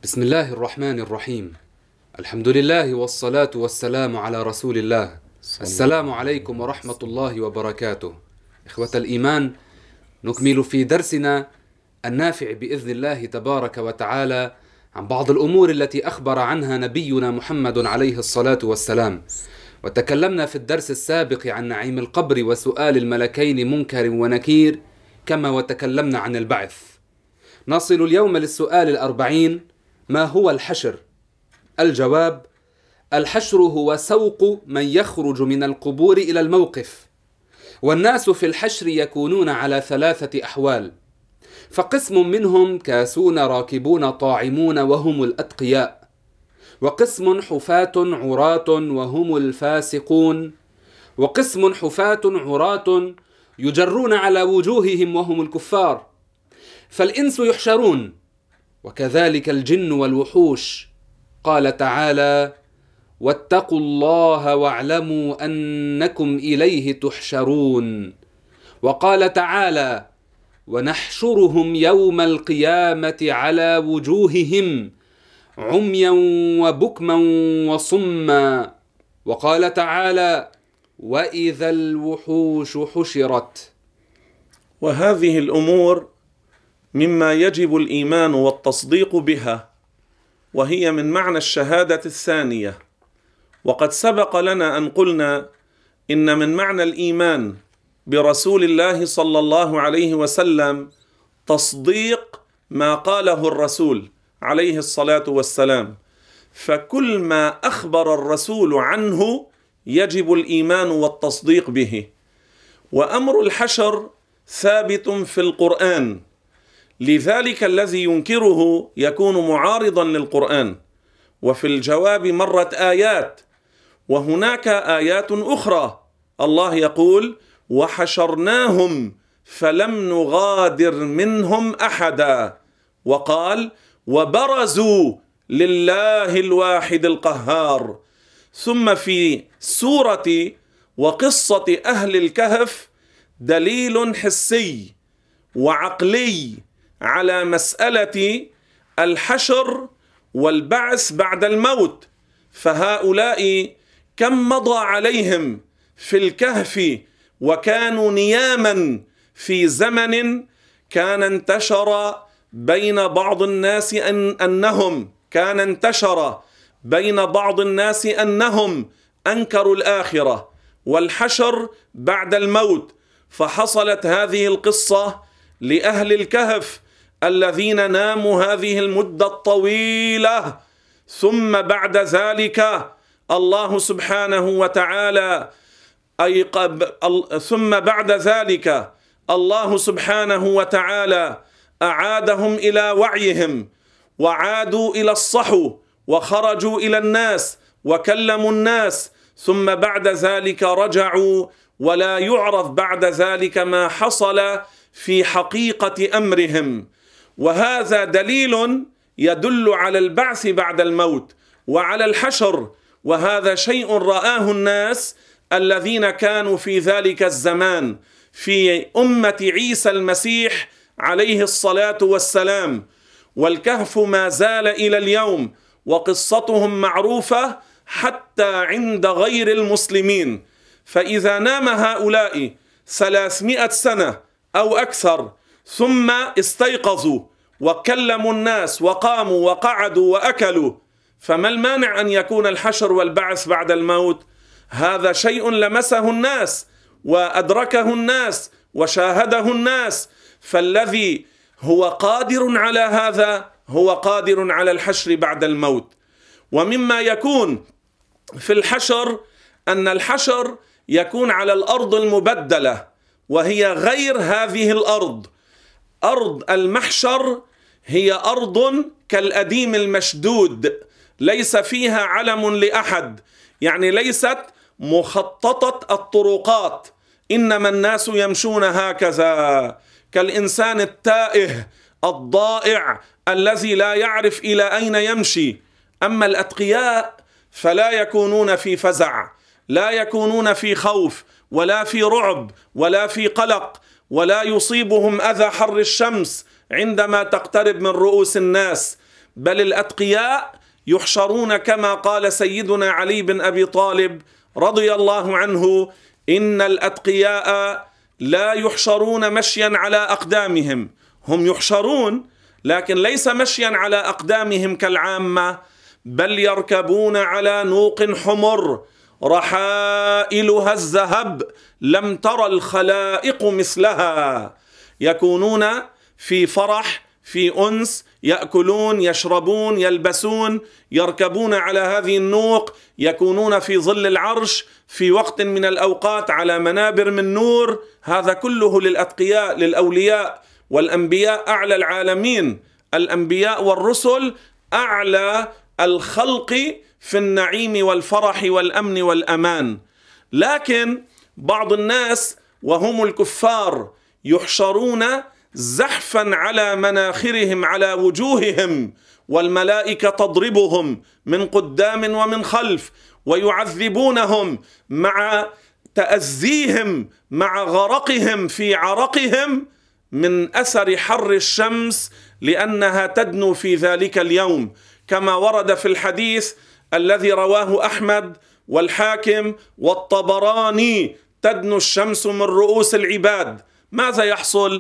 بسم الله الرحمن الرحيم. الحمد لله والصلاة والسلام على رسول الله. السلام عليكم ورحمة الله وبركاته. إخوة الإيمان، نكمل في درسنا النافع بإذن الله تبارك وتعالى عن بعض الأمور التي أخبر عنها نبينا محمد عليه الصلاة والسلام. وتكلمنا في الدرس السابق عن نعيم القبر وسؤال الملكين منكر ونكير، كما وتكلمنا عن البعث. نصل اليوم للسؤال 40: ما هو الحشر؟ الجواب: الحشر هو سوق من يخرج من القبور إلى الموقف. والناس في الحشر يكونون على 3 أحوال: فقسم منهم كاسون راكبون طاعمون وهم الأتقياء، وقسم حفاة عراة وهم الفاسقون، وقسم حفاة عراة يجرون على وجوههم وهم الكفار. فالإنس يحشرون، وكذلك الجن والوحوش. قال تعالى: واتقوا الله واعلموا أنكم إليه تحشرون. وقال تعالى: ونحشرهم يوم القيامة على وجوههم عميا وبكما وصما. وقال تعالى: وإذا الوحوش حشرت. وهذه الأمور مما يجب الإيمان والتصديق بها، وهي من معنى الشهادة الثانية. وقد سبق لنا أن قلنا إن من معنى الإيمان برسول الله صلى الله عليه وسلم تصديق ما قاله الرسول عليه الصلاة والسلام، فكل ما أخبر الرسول عنه يجب الإيمان والتصديق به. وأمر الحشر ثابت في القرآن، لذلك الذي ينكره يكون معارضا للقرآن. وفي الجواب مرت آيات، وهناك آيات أخرى الله يقول: وحشرناهم فلم نغادر منهم أحدا. وقال: وبرزوا لله الواحد القهار. ثم في سورة وقصة أهل الكهف دليل حسي وعقلي على مسألة الحشر والبعث بعد الموت. فهؤلاء كم مضى عليهم في الكهف وكانوا نياما في زمن كان انتشر بين بعض الناس أنهم أنكروا الآخرة والحشر بعد الموت. فحصلت هذه القصة لأهل الكهف الذين ناموا هذه المدة الطويلة، ثم بعد ذلك الله سبحانه وتعالى أعادهم إلى وعيهم، وعادوا إلى الصحو، وخرجوا إلى الناس وكلموا الناس، ثم بعد ذلك رجعوا، ولا يعرف بعد ذلك ما حصل في حقيقة أمرهم. وهذا دليل يدل على البعث بعد الموت وعلى الحشر، وهذا شيء رآه الناس الذين كانوا في ذلك الزمان في أمة عيسى المسيح عليه الصلاة والسلام. والكهف ما زال إلى اليوم، وقصتهم معروفة حتى عند غير المسلمين. فإذا نام هؤلاء 300 سنة أو أكثر ثم استيقظوا وكلموا الناس وقاموا وقعدوا وأكلوا، فما المانع أن يكون الحشر والبعث بعد الموت؟ هذا شيء لمسه الناس وأدركه الناس وشاهده الناس، فالذي هو قادر على هذا هو قادر على الحشر بعد الموت. ومما يكون في الحشر أن الحشر يكون على الأرض المبدلة، وهي غير هذه الأرض. أرض المحشر هي أرض كالأديم المشدود، ليس فيها علم لأحد، يعني ليست مخططة الطرقات، إنما الناس يمشون هكذا كالإنسان التائه الضائع الذي لا يعرف إلى أين يمشي. أما الأتقياء فلا يكونون في فزع، لا يكونون في خوف ولا في رعب ولا في قلق، ولا يصيبهم أذى حر الشمس عندما تقترب من رؤوس الناس، بل الأتقياء يحشرون كما قال سيدنا علي بن أبي طالب رضي الله عنه: إن الأتقياء لا يحشرون مشيا على أقدامهم. هم يحشرون لكن ليس مشيا على أقدامهم كالعامة، بل يركبون على نوق حمر رحائلها الذهب لم تر الخلائق مثلها، يكونون في فرح، في أنس، يأكلون، يشربون، يلبسون، يركبون على هذه النوق، يكونون في ظل العرش في وقت من الأوقات على منابر من نور. هذا كله للأتقياء، للأولياء والأنبياء أعلى العالمين. الأنبياء والرسل أعلى الخلق في النعيم والفرح والأمن والأمان. لكن بعض الناس وهم الكفار يحشرون زحفا على مناخرهم، على وجوههم، والملائكة تضربهم من قدام ومن خلف، ويعذبونهم مع تأذيهم، مع غرقهم في عرقهم من أثر حر الشمس، لأنها تدنو في ذلك اليوم، كما ورد في الحديث الذي رواه أحمد والحاكم والطبراني: تدنو الشمس من رؤوس العباد. ماذا يحصل؟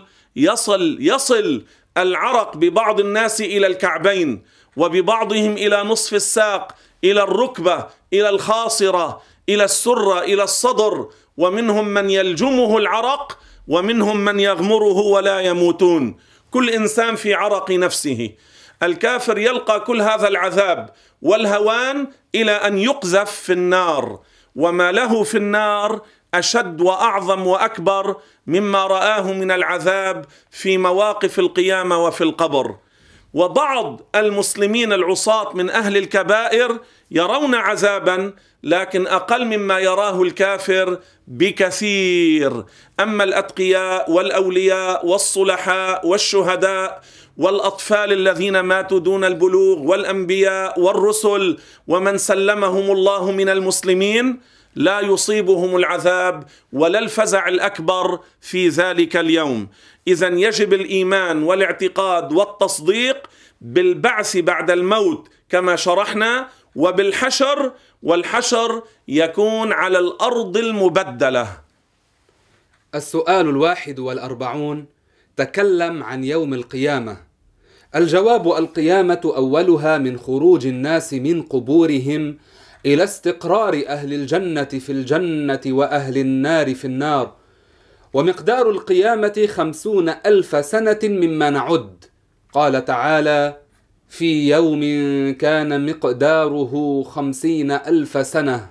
يصل العرق ببعض الناس إلى الكعبين، وببعضهم إلى نصف الساق، إلى الركبة، إلى الخاصرة، إلى السرة، إلى الصدر، ومنهم من يلجمه العرق ومنهم من يغمره ولا يموتون. كل إنسان في عرق نفسه. الكافر يلقى كل هذا العذاب والهوان إلى أن يقذف في النار، وما له في النار أشد وأعظم وأكبر مما رآه من العذاب في مواقف القيامة وفي القبر. وبعض المسلمين العصاة من أهل الكبائر يرون عذابا، لكن أقل مما يراه الكافر بكثير. أما الأتقياء والأولياء والصلحاء والشهداء والأطفال الذين ماتوا دون البلوغ والأنبياء والرسل ومن سلمهم الله من المسلمين لا يصيبهم العذاب ولا الفزع الأكبر في ذلك اليوم. إذن يجب الإيمان والاعتقاد والتصديق بالبعث بعد الموت كما شرحنا، وبالحشر، والحشر يكون على الأرض المبدلة. السؤال 41: تكلم عن يوم القيامة. الجواب: القيامة أولها من خروج الناس من قبورهم إلى استقرار أهل الجنة في الجنة وأهل النار في النار، ومقدار القيامة 50,000 سنة مما نعد. قال تعالى: في يوم كان مقداره 50,000 سنة.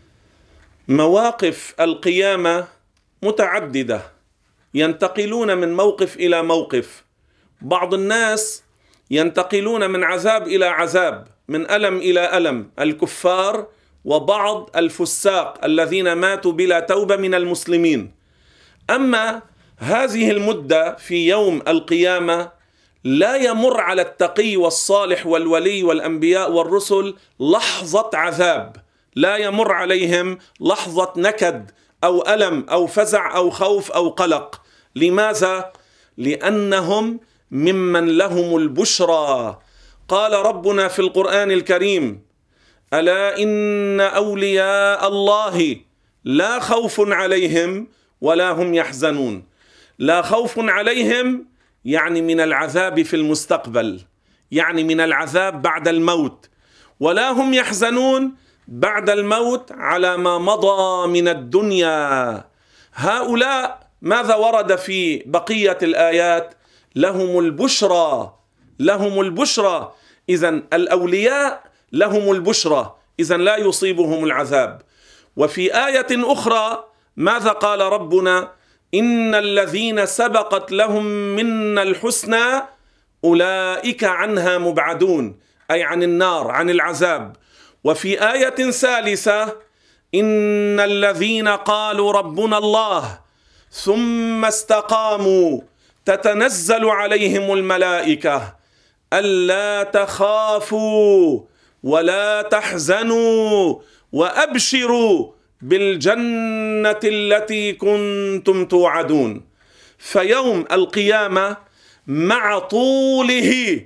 مواقف القيامة متعددة، ينتقلون من موقف إلى موقف. بعض الناس ينتقلون من عذاب إلى عذاب، من ألم إلى ألم، الكفار وبعض الفساق الذين ماتوا بلا توبة من المسلمين. أما هذه المدة في يوم القيامة لا يمر على التقي والصالح والولي والأنبياء والرسل لحظة عذاب، لا يمر عليهم لحظة نكد أو ألم أو فزع أو خوف أو قلق. لماذا؟ لأنهم ممن لهم البشرى. قال ربنا في القرآن الكريم: ألا إن أولياء الله لا خوف عليهم ولا هم يحزنون. لا خوف عليهم يعني من العذاب في المستقبل، يعني من العذاب بعد الموت، ولا هم يحزنون بعد الموت على ما مضى من الدنيا. هؤلاء ماذا ورد في بقية الآيات؟ لهم البشرى، لهم البشرى. إذن الأولياء لهم البشرى، إذن لا يصيبهم العذاب. وفي آية أخرى ماذا قال ربنا؟ إن الذين سبقت لهم منا الحسنى أولئك عنها مبعدون، أي عن النار، عن العذاب. وفي آية ثالثة: إن الذين قالوا ربنا الله ثم استقاموا تتنزل عليهم الملائكة ألا تخافوا ولا تحزنوا وأبشروا بالجنة التي كنتم توعدون. فيوم القيامة مع طوله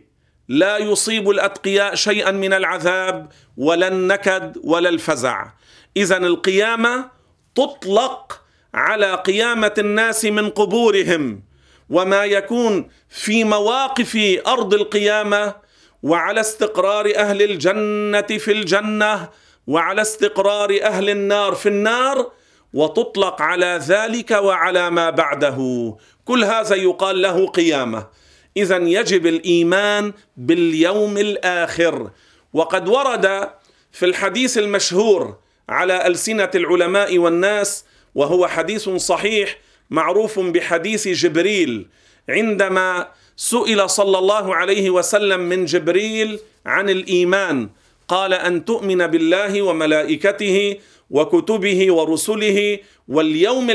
لا يصيب الأتقياء شيئا من العذاب ولا النكد ولا الفزع. إذن القيامة تطلق على قيامة الناس من قبورهم وما يكون في مواقف أرض القيامة، وعلى استقرار أهل الجنة في الجنة، وعلى استقرار أهل النار في النار، وتطلق على ذلك وعلى ما بعده. كل هذا يقال له قيامة. إذن يجب الإيمان باليوم الآخر. وقد ورد في الحديث المشهور على ألسنة العلماء والناس، وهو حديث صحيح معروف بحديث جبريل، عندما سئل صلى الله عليه وسلم من جبريل عن الإيمان قال: أن تؤمن بالله وملائكته وكتبه ورسله واليوم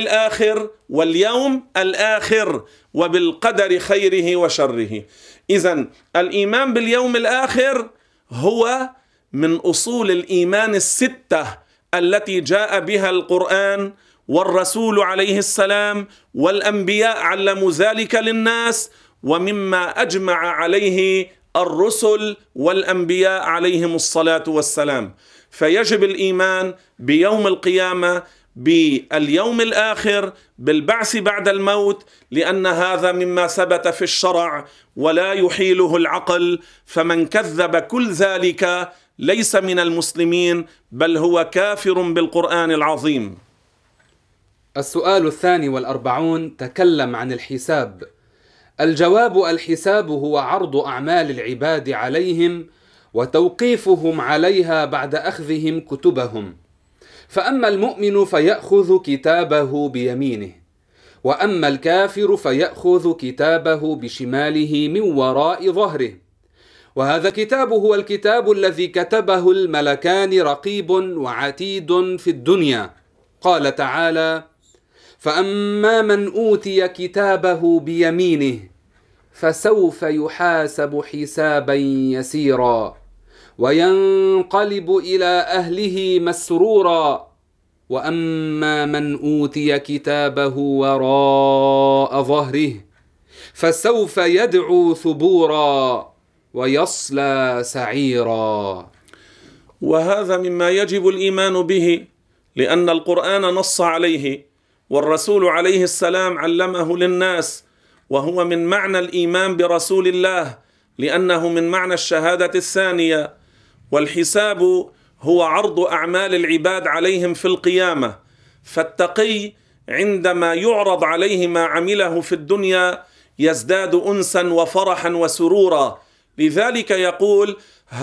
الآخر وبالقدر خيره وشره. إذن الإيمان باليوم الآخر هو من أصول الإيمان الستة التي جاء بها القرآن والرسول عليه السلام والأنبياء علموا ذلك للناس، ومما أجمع عليه الرسل والأنبياء عليهم الصلاة والسلام. فيجب الإيمان بيوم القيامة، باليوم الآخر، بالبعث بعد الموت، لأن هذا مما ثبت في الشرع ولا يحيله العقل. فمن كذب كل ذلك ليس من المسلمين، بل هو كافر بالقرآن العظيم. السؤال 42 تكلم عن الحساب. الجواب: الحساب هو عرض أعمال العباد عليهم وتوقيفهم عليها بعد أخذهم كتبهم. فأما المؤمن فيأخذ كتابه بيمينه، وأما الكافر فيأخذ كتابه بشماله من وراء ظهره. وهذا الكتاب هو الكتاب الذي كتبه الملكان رقيب وعتيد في الدنيا. قال تعالى: فأما من أوتي كتابه بيمينه فسوف يحاسب حسابا يسيرا وينقلب إلى أهله مسرورا. وأما من أوتي كتابه وراء ظهره فسوف يدعو ثبورا ويصلى سعيرا. وهذا مما يجب الإيمان به، لأن القرآن نص عليه والرسول عليه السلام علمه للناس، وهو من معنى الإيمان برسول الله، لأنه من معنى الشهادة الثانية. والحساب هو عرض أعمال العباد عليهم في القيامة. فالتقي عندما يعرض عليه ما عمله في الدنيا يزداد أنسا وفرحا وسرورا. لذلك يقول: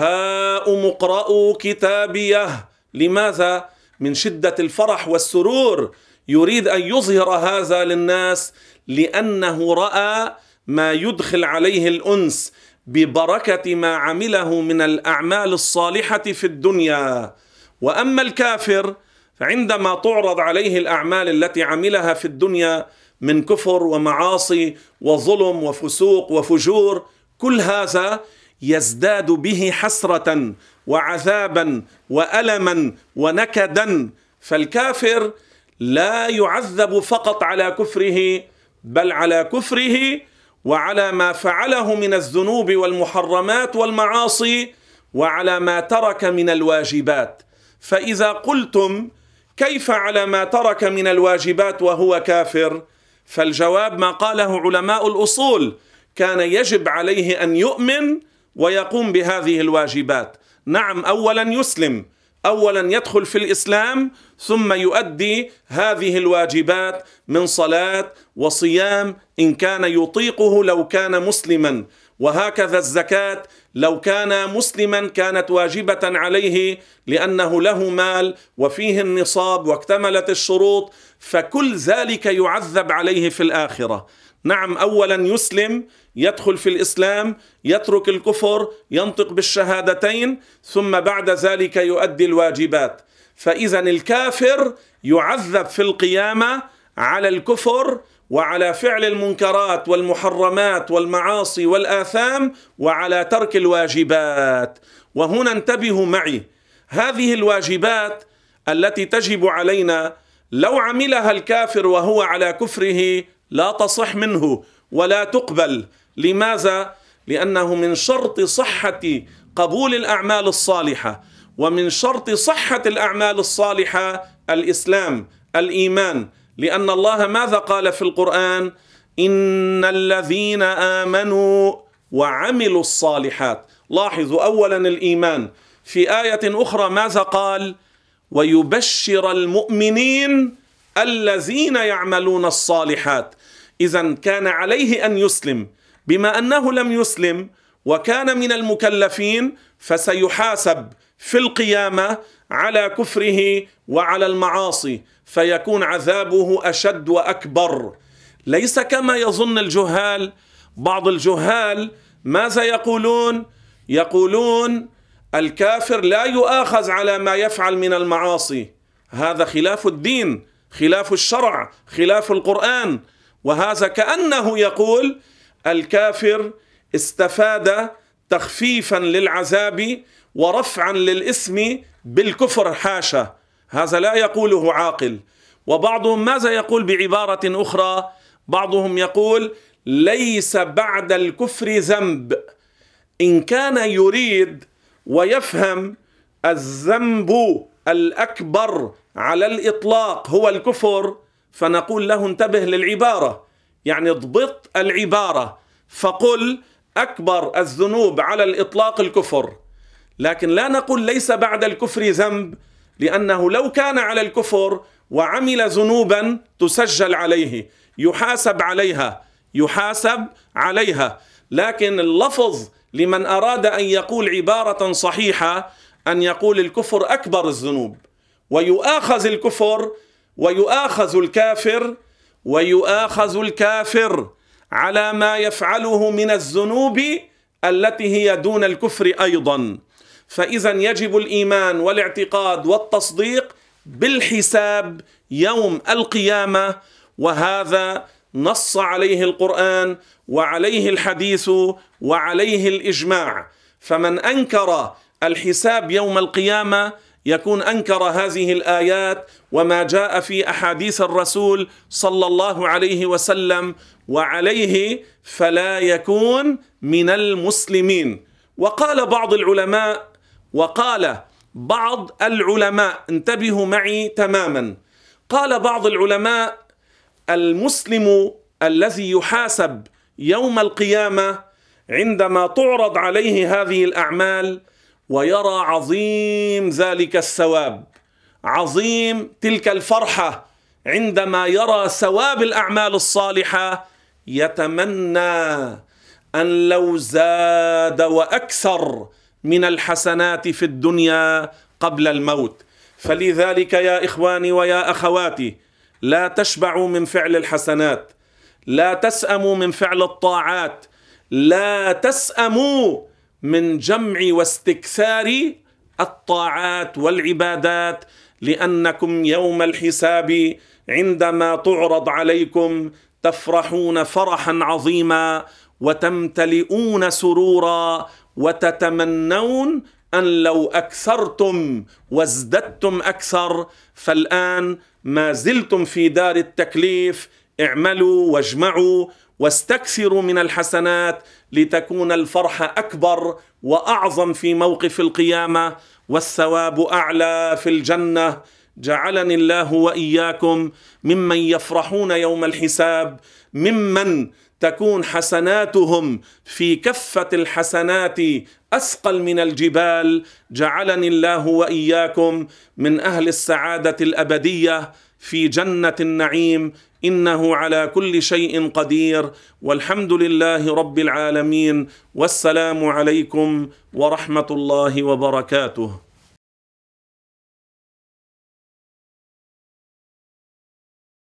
هاؤم اقرءوا كتابيه. لماذا؟ من شدة الفرح والسرور، يريد أن يظهر هذا للناس، لأنه رأى ما يدخل عليه الأنس ببركة ما عمله من الأعمال الصالحة في الدنيا. وأما الكافر فعندما تعرض عليه الأعمال التي عملها في الدنيا من كفر ومعاصي وظلم وفسوق وفجور، كل هذا يزداد به حسرة وعذابا وألما ونكدا. فالكافر لا يعذب فقط على كفره، بل على كفره وعلى ما فعله من الذنوب والمحرمات والمعاصي، وعلى ما ترك من الواجبات. فإذا قلتم: كيف على ما ترك من الواجبات وهو كافر؟ فالجواب ما قاله علماء الأصول: كان يجب عليه أن يؤمن ويقوم بهذه الواجبات. نعم، أولا يسلم، أولا يدخل في الإسلام، ثم يؤدي هذه الواجبات من صلاة وصيام إن كان يطيقه لو كان مسلما، وهكذا الزكاة لو كان مسلما كانت واجبة عليه لأنه له مال وفيه النصاب واكتملت الشروط، فكل ذلك يعذب عليه في الآخرة. نعم، أولا يسلم، يدخل في الإسلام، يترك الكفر، ينطق بالشهادتين، ثم بعد ذلك يؤدي الواجبات. فإذا الكافر يعذب في القيامة على الكفر وعلى فعل المنكرات والمحرمات والمعاصي والآثام وعلى ترك الواجبات. وهنا انتبهوا معي، هذه الواجبات التي تجب علينا لو عملها الكافر وهو على كفره لا تصح منه ولا تقبل. لماذا؟ لأنه من شرط صحة قبول الأعمال الصالحة ومن شرط صحة الأعمال الصالحة الإسلام، الإيمان، لأن الله ماذا قال في القرآن؟ إن الذين آمنوا وعملوا الصالحات. لاحظوا أولا الإيمان، في آية أخرى ماذا قال؟ ويبشر المؤمنين الذين يعملون الصالحات. إذن كان عليه أن يسلم، بما أنه لم يسلم وكان من المكلفين فسيحاسب في القيامة على كفره وعلى المعاصي، فيكون عذابه أشد وأكبر. ليس كما يظن الجهال. بعض الجهال ماذا يقولون؟ يقولون الكافر لا يؤاخذ على ما يفعل من المعاصي، هذا خلاف الدين، خلاف الشرع، خلاف القرآن. وهذا كأنه يقول الكافر استفاد تخفيفا للعذاب ورفعا للإثم بالكفر، حاشا، هذا لا يقوله عاقل. وبعضهم ماذا يقول بعبارة أخرى؟ بعضهم يقول ليس بعد الكفر ذنب. إن كان يريد ويفهم الذنب الأكبر على الإطلاق هو الكفر، فنقول له انتبه للعبارة، يعني اضبط العبارة، فقل أكبر الذنوب على الإطلاق الكفر. لكن لا نقول ليس بعد الكفر ذنب، لأنه لو كان على الكفر وعمل ذنوبا تسجل عليه، يحاسب عليها. لكن اللفظ لمن أراد أن يقول عبارة صحيحة أن يقول الكفر أكبر الذنوب، ويؤاخذ الكفر ويؤاخذ الكافر على ما يفعله من الذنوب التي هي دون الكفر أيضا. فإذا يجب الإيمان والاعتقاد والتصديق بالحساب يوم القيامة، وهذا نص عليه القرآن وعليه الحديث وعليه الإجماع. فمن أنكر الحساب يوم القيامة يكون أنكر هذه الآيات وما جاء في أحاديث الرسول صلى الله عليه وسلم، وعليه فلا يكون من المسلمين. وقال بعض العلماء انتبهوا معي تماما، قال بعض العلماء المسلم الذي يحاسب يوم القيامة عندما تعرض عليه هذه الأعمال ويرى عظيم ذلك الثواب، عظيم تلك الفرحة عندما يرى ثواب الأعمال الصالحة، يتمنى أن لو زاد وأكثر من الحسنات في الدنيا قبل الموت. فلذلك يا إخواني ويا أخواتي، لا تشبعوا من فعل الحسنات، لا تسأموا من فعل الطاعات، لا تسأموا من جمع واستكثار الطاعات والعبادات، لأنكم يوم الحساب عندما تعرض عليكم تفرحون فرحا عظيما وتمتلئون سرورا وتتمنون أن لو أكثرتم وازددتم أكثر. فالآن ما زلتم في دار التكليف، اعملوا واجمعوا واستكثروا من الحسنات لتكون الفرحة أكبر وأعظم في موقف القيامة، والثواب أعلى في الجنة. جعلني الله وإياكم ممن يفرحون يوم الحساب، ممن تكون حسناتهم في كفة الحسنات أثقل من الجبال. جعلني الله وإياكم من أهل السعادة الأبدية في جنة النعيم، إنه على كل شيء قدير، والحمد لله رب العالمين، والسلام عليكم ورحمة الله وبركاته.